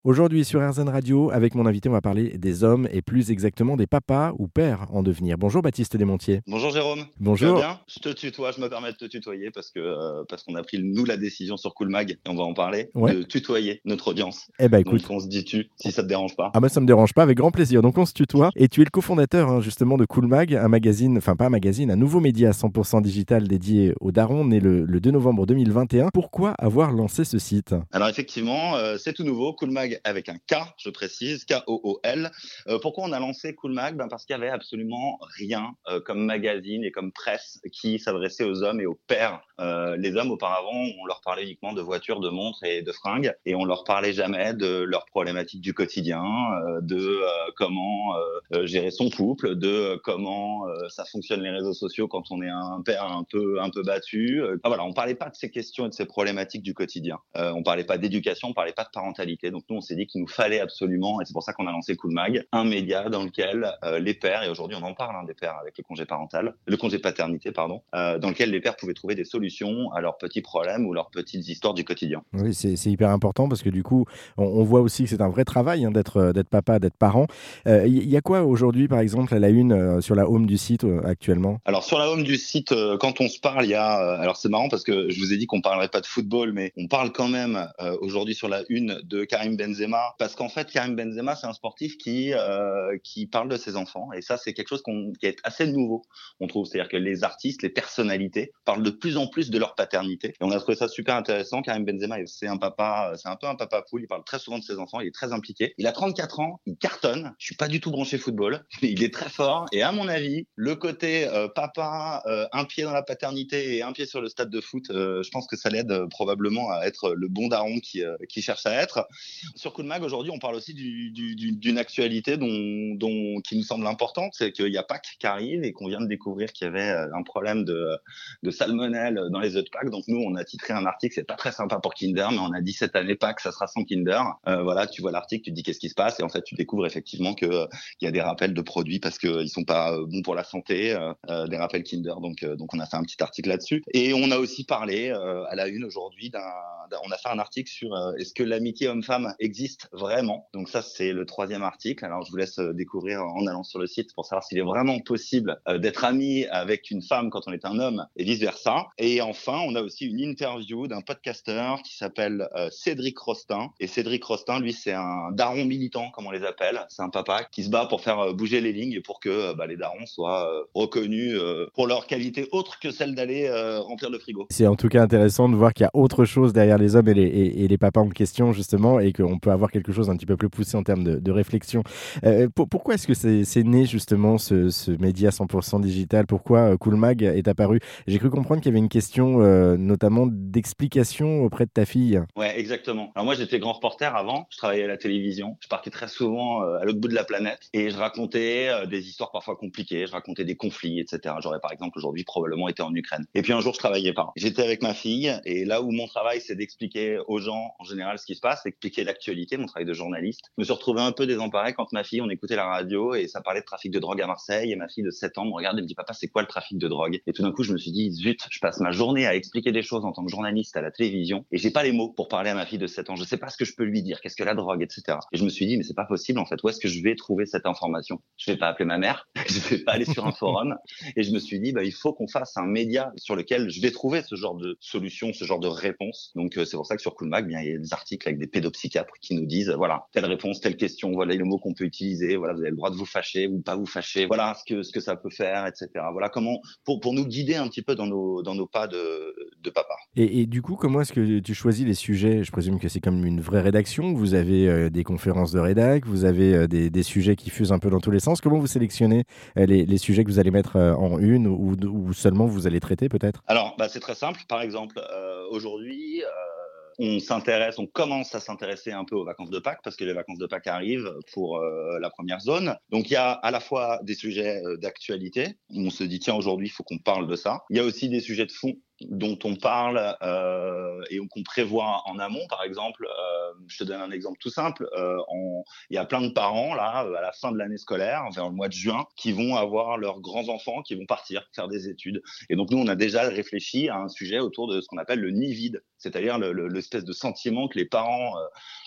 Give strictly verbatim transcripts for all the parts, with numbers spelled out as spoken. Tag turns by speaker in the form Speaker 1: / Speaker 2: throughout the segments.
Speaker 1: Aujourd'hui sur R Z N Radio, avec mon invité, on va parler des hommes et plus exactement des papas ou pères en devenir. Bonjour Baptiste Desmontiers.
Speaker 2: Bonjour Jérôme, tu vas
Speaker 1: Bonjour.
Speaker 2: bien? Je te tutoie, je me permets de te tutoyer parce que euh, parce qu'on a pris nous la décision sur Cool Mag, et on va en parler,
Speaker 1: Ouais.
Speaker 2: de tutoyer notre audience.
Speaker 1: Eh ben
Speaker 2: Donc
Speaker 1: écoute.
Speaker 2: on se dit tu, si ça te dérange pas.
Speaker 1: Ah bah ça me dérange pas, avec grand plaisir. Donc on se tutoie. Et tu es le cofondateur hein, justement de Cool Mag, un magazine, enfin pas un magazine, un nouveau média cent pour cent digital dédié aux darons, né le, le deux novembre deux mille vingt et un. Pourquoi avoir lancé ce site?
Speaker 2: Alors effectivement, euh, c'est tout nouveau, Cool Mag avec un K, je précise, K O O L. Euh, pourquoi on a lancé Cool Mag? Ben parce qu'il y avait absolument rien euh, comme magazine et comme presse qui s'adressait aux hommes et aux pères. Euh, les hommes auparavant, on leur parlait uniquement de voitures, de montres et de fringues, et on leur parlait jamais de leurs problématiques du quotidien, euh, de euh, comment euh, gérer son couple, de euh, comment euh, ça fonctionne les réseaux sociaux quand on est un père un peu un peu battu. Euh, voilà, on parlait pas de ces questions et de ces problématiques du quotidien. Euh, on parlait pas d'éducation, on parlait pas de parentalité. Donc nous, on s'est dit qu'il nous fallait absolument, et c'est pour ça qu'on a lancé Cool Mag, un média dans lequel euh, les pères, et aujourd'hui on en parle hein, des pères avec le congé parental, le congé paternité, pardon, euh, dans lequel les pères pouvaient trouver des solutions à leurs petits problèmes ou leurs petites histoires du quotidien.
Speaker 1: Oui, c'est c'est hyper important parce que du coup, on, on voit aussi que c'est un vrai travail hein, d'être euh, d'être papa, d'être parent. Il euh, y, y a quoi aujourd'hui, par exemple, à la une euh, sur la home du site euh, actuellement?
Speaker 2: Alors sur la home du site, euh, quand on se parle, il y a, euh, alors c'est marrant parce que je vous ai dit qu'on parlerait pas de football, mais on parle quand même euh, aujourd'hui sur la une de Karim Benzema, parce qu'en fait Karim Benzema c'est un sportif qui euh, qui parle de ses enfants, et ça c'est quelque chose qu'on, qui est assez nouveau, on trouve, c'est-à-dire que les artistes, les personnalités parlent de plus en plus de leur paternité, et on a trouvé ça super intéressant. Karim Benzema c'est un papa, c'est un peu un papa poule, il parle très souvent de ses enfants, il est très impliqué, il a trente-quatre ans, il cartonne, je suis pas du tout branché football, mais il est très fort, et à mon avis le côté euh, papa, euh, un pied dans la paternité et un pied sur le stade de foot, euh, je pense que ça l'aide euh, probablement à être le bon daron qui, euh, qui cherche à être. Sur Cool Mag, aujourd'hui, on parle aussi du, du, du, d'une actualité dont, dont, qui nous semble importante, c'est qu'il y a Pâques qui arrive et qu'on vient de découvrir qu'il y avait un problème de, de salmonelle dans les œufs de Pâques. Donc nous, on a titré un article, c'est pas très sympa pour Kinder, mais on a dit cette année Pâques, ça sera sans Kinder. Euh, voilà, tu vois l'article, tu te dis qu'est-ce qui se passe, et en fait, tu découvres effectivement qu'il euh, y a des rappels de produits parce qu'ils sont pas euh, bons pour la santé, euh, des rappels Kinder, donc euh, donc on a fait un petit article là-dessus, et on a aussi parlé euh, à la une aujourd'hui d'un, d'un on a fait un article sur euh, est-ce que l'amitié homme-femme existe vraiment. Donc ça c'est le troisième article. Alors je vous laisse découvrir en allant sur le site pour savoir s'il est vraiment possible euh, d'être ami avec une femme quand on est un homme et vice versa. Et enfin on a aussi une interview d'un podcasteur qui s'appelle euh, Cédric Rostin, et Cédric Rostin lui c'est un daron militant comme on les appelle, c'est un papa qui se bat pour faire bouger les lignes et pour que bah, les darons soient euh, reconnus euh, pour leur qualité autre que celle d'aller euh, remplir le frigo.
Speaker 1: C'est en tout cas intéressant de voir qu'il y a autre chose derrière les hommes et les, et, et les papas en question, justement, et qu'on peut avoir quelque chose un petit peu plus poussé en termes de, de réflexion. Euh, pour, pourquoi est-ce que c'est, c'est né, justement, ce, ce média cent pour cent digital? Pourquoi euh, Cool Mag est apparu? J'ai cru comprendre qu'il y avait une question, euh, notamment, d'explication auprès de ta fille.
Speaker 2: Ouais, exactement. Alors moi, j'étais grand reporter avant, je travaillais à la télévision, je partais très souvent euh, à l'autre bout de la planète, et je racontais euh, des histoires parfois compliquées, je racontais des conflits, et cetera. J'aurais par exemple aujourd'hui probablement été en Ukraine. Et puis un jour, je travaillais pas. J'étais avec ma fille, et là où mon travail, c'est d'expliquer aux gens en général ce qui se passe, expliquer l'actualité, mon travail de journaliste. Je me suis retrouvé un peu désemparé quand ma fille, on écoutait la radio et ça parlait de trafic de drogue à Marseille, et ma fille de sept ans me regarde et me dit papa, c'est quoi le trafic de drogue? Et tout d'un coup, je me suis dit zut, je passe ma journée à expliquer des choses en tant que journaliste à la télévision, et j'ai pas les mots pour parler à ma fille de sept ans. Je sais pas ce que je peux lui dire, qu'est-ce que la drogue, et cetera. Et je me suis dit mais c'est pas possible en fait. Où est-ce que je vais trouver cette information? Je vais pas appeler ma mère, je vais pas aller sur un forum. Et je me suis dit bah il faut qu'on fasse un média sur lequel je vais trouver ce genre de solution, ce genre de réponse. Donc euh, c'est pour ça que sur Cool Mag, bien il y a des articles avec des pédopsychiatres qui nous disent voilà telle réponse, telle question, voilà les mots qu'on peut utiliser, voilà vous avez le droit de vous fâcher ou pas vous fâcher, voilà ce que ce que ça peut faire, et cetera. Voilà comment pour pour nous guider un petit peu dans nos dans nos pas de de papa.
Speaker 1: Et, et du coup, comment est-ce que tu choisis les sujets? Je présume que c'est comme une vraie rédaction. Vous avez euh, des conférences de rédac, vous avez euh, des, des sujets qui fusent un peu dans tous les sens. Comment vous sélectionnez euh, les, les sujets que vous allez mettre euh, en une ou, ou seulement vous allez traiter peut-être?
Speaker 2: Alors, bah, c'est très simple. Par exemple, euh, aujourd'hui, euh, on s'intéresse, on commence à s'intéresser un peu aux vacances de Pâques parce que les vacances de Pâques arrivent pour euh, la première zone. Donc, il y a à la fois des sujets euh, d'actualité où on se dit tiens aujourd'hui il faut qu'on parle de ça. Il y a aussi des sujets de fond dont on parle euh, et qu'on prévoit en amont. Par exemple, euh, je te donne un exemple tout simple. Euh, en, il y a plein de parents là à la fin de l'année scolaire, vers le mois de juin, qui vont avoir leurs grands enfants qui vont partir faire des études. Et donc nous, on a déjà réfléchi à un sujet autour de ce qu'on appelle le nid vide, c'est-à-dire le, le, l'espèce de sentiment que les parents euh,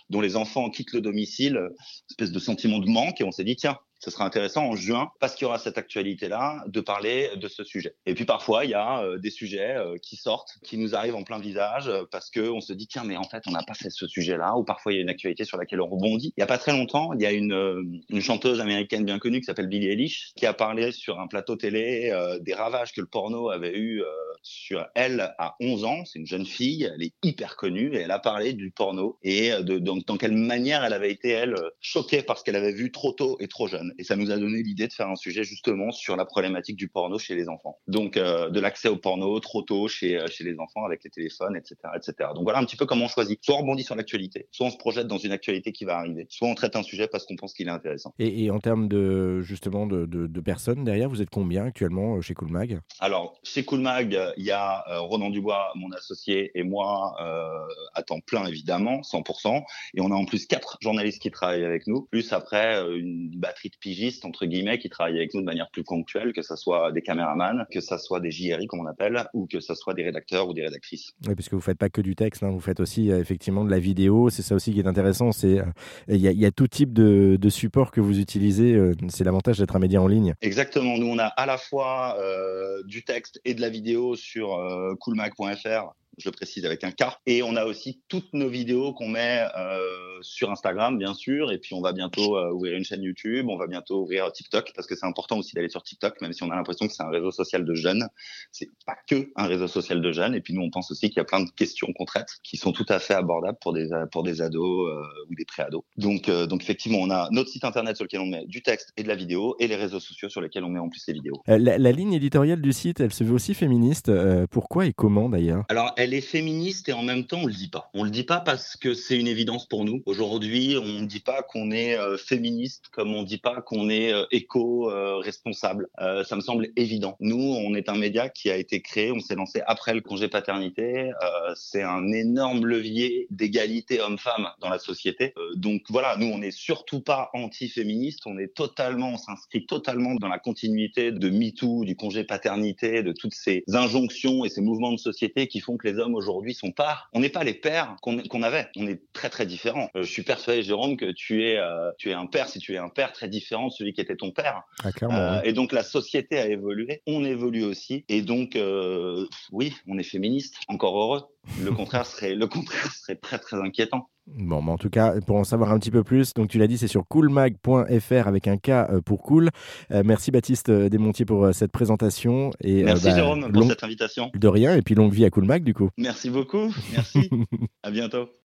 Speaker 2: dont les enfants quittent le domicile, une espèce de sentiment de manque, et on s'est dit tiens, ce sera intéressant en juin, parce qu'il y aura cette actualité-là, de parler de ce sujet. Et puis parfois, il y a euh, des sujets euh, qui sortent, qui nous arrivent en plein visage, euh, parce qu'on se dit, tiens, mais en fait, on n'a pas fait ce sujet-là, ou parfois il y a une actualité sur laquelle on rebondit. Il n'y a pas très longtemps, il y a une, euh, une chanteuse américaine bien connue qui s'appelle Billie Eilish, qui a parlé sur un plateau télé euh, des ravages que le porno avait eu euh, sur elle à onze ans. C'est une jeune fille, elle est hyper connue, et elle a parlé du porno, et de, dans, dans quelle manière elle avait été, elle, choquée par ce qu'elle avait vu trop tôt et trop jeune. Et ça nous a donné l'idée de faire un sujet justement sur la problématique du porno chez les enfants. Donc euh, de l'accès au porno trop tôt chez chez les enfants avec les téléphones, et cetera, et cetera. Donc voilà un petit peu comment on choisit. Soit on rebondit sur l'actualité, soit on se projette dans une actualité qui va arriver, soit on traite un sujet parce qu'on pense qu'il est intéressant.
Speaker 1: Et, et en termes de justement de, de, de personnes derrière, vous êtes combien actuellement chez Cool Mag?
Speaker 2: Alors chez Cool Mag, il y a euh, Ronan Dubois, mon associé, et moi euh, à temps plein évidemment, cent pour cent. Et on a en plus quatre journalistes qui travaillent avec nous, plus après euh, une batterie de pigistes entre guillemets qui travaillent avec nous de manière plus ponctuelle, que ça soit des caméramans, que ça soit des J R I comme on appelle, ou que ça soit des rédacteurs ou des rédactrices.
Speaker 1: Oui, parce que vous faites pas que du texte, hein, vous faites aussi euh, effectivement de la vidéo. C'est ça aussi qui est intéressant. C'est euh, il y, a, y a tout type de, de support que vous utilisez. Euh, c'est l'avantage d'être un média en ligne.
Speaker 2: Exactement. Nous on a à la fois euh, du texte et de la vidéo sur euh, coolmag point f r. Je le précise avec un K. Et on a aussi toutes nos vidéos qu'on met euh, sur Instagram, bien sûr. Et puis, on va bientôt euh, ouvrir une chaîne YouTube. On va bientôt ouvrir TikTok, parce que c'est important aussi d'aller sur TikTok, même si on a l'impression que c'est un réseau social de jeunes. C'est pas que un réseau social de jeunes. Et puis, nous, on pense aussi qu'il y a plein de questions qu'on traite qui sont tout à fait abordables pour des, pour des ados euh, ou des pré-ados. Donc, euh, donc, effectivement, on a notre site internet sur lequel on met du texte et de la vidéo, et les réseaux sociaux sur lesquels on met en plus les vidéos.
Speaker 1: Euh, la, la ligne éditoriale du site, elle se veut aussi féministe. Euh, pourquoi et comment d'ailleurs?
Speaker 2: Alors, elle est féministe et en même temps, on le dit pas. On le dit pas parce que c'est une évidence pour nous. Aujourd'hui, on ne dit pas qu'on est euh, féministe comme on dit pas qu'on est euh, éco-responsable. Euh, euh, ça me semble évident. Nous, on est un média qui a été créé, on s'est lancé après le congé paternité. Euh, c'est un énorme levier d'égalité homme-femme dans la société. Euh, donc voilà, nous, on n'est surtout pas anti-féministe. On est totalement, on s'inscrit totalement dans la continuité de MeToo, du congé paternité, de toutes ces injonctions et ces mouvements de société qui font que les hommes aujourd'hui sont pas, on n'est pas les pères qu'on, qu'on avait. On est très très différents. Euh, je suis persuadé, Jérôme, que tu es, euh, tu es un père, si tu es un père très différent de celui qui était ton père.
Speaker 1: Ah, clairement,
Speaker 2: Euh,
Speaker 1: oui.
Speaker 2: Et donc la société a évolué, on évolue aussi. Et donc euh, oui, on est féministe. Encore heureux. Le contraire serait, le contraire serait très très inquiétant.
Speaker 1: Bon, mais en tout cas, pour en savoir un petit peu plus, donc tu l'as dit, c'est sur coolmag point f r avec un K euh, pour cool. Euh, merci Baptiste euh, Desmontiers pour euh, cette présentation. Et,
Speaker 2: Merci
Speaker 1: euh, bah,
Speaker 2: Jérôme pour
Speaker 1: long...
Speaker 2: cette invitation.
Speaker 1: De rien, et puis longue vie à Cool Mag du coup.
Speaker 2: Merci beaucoup. Merci. À bientôt.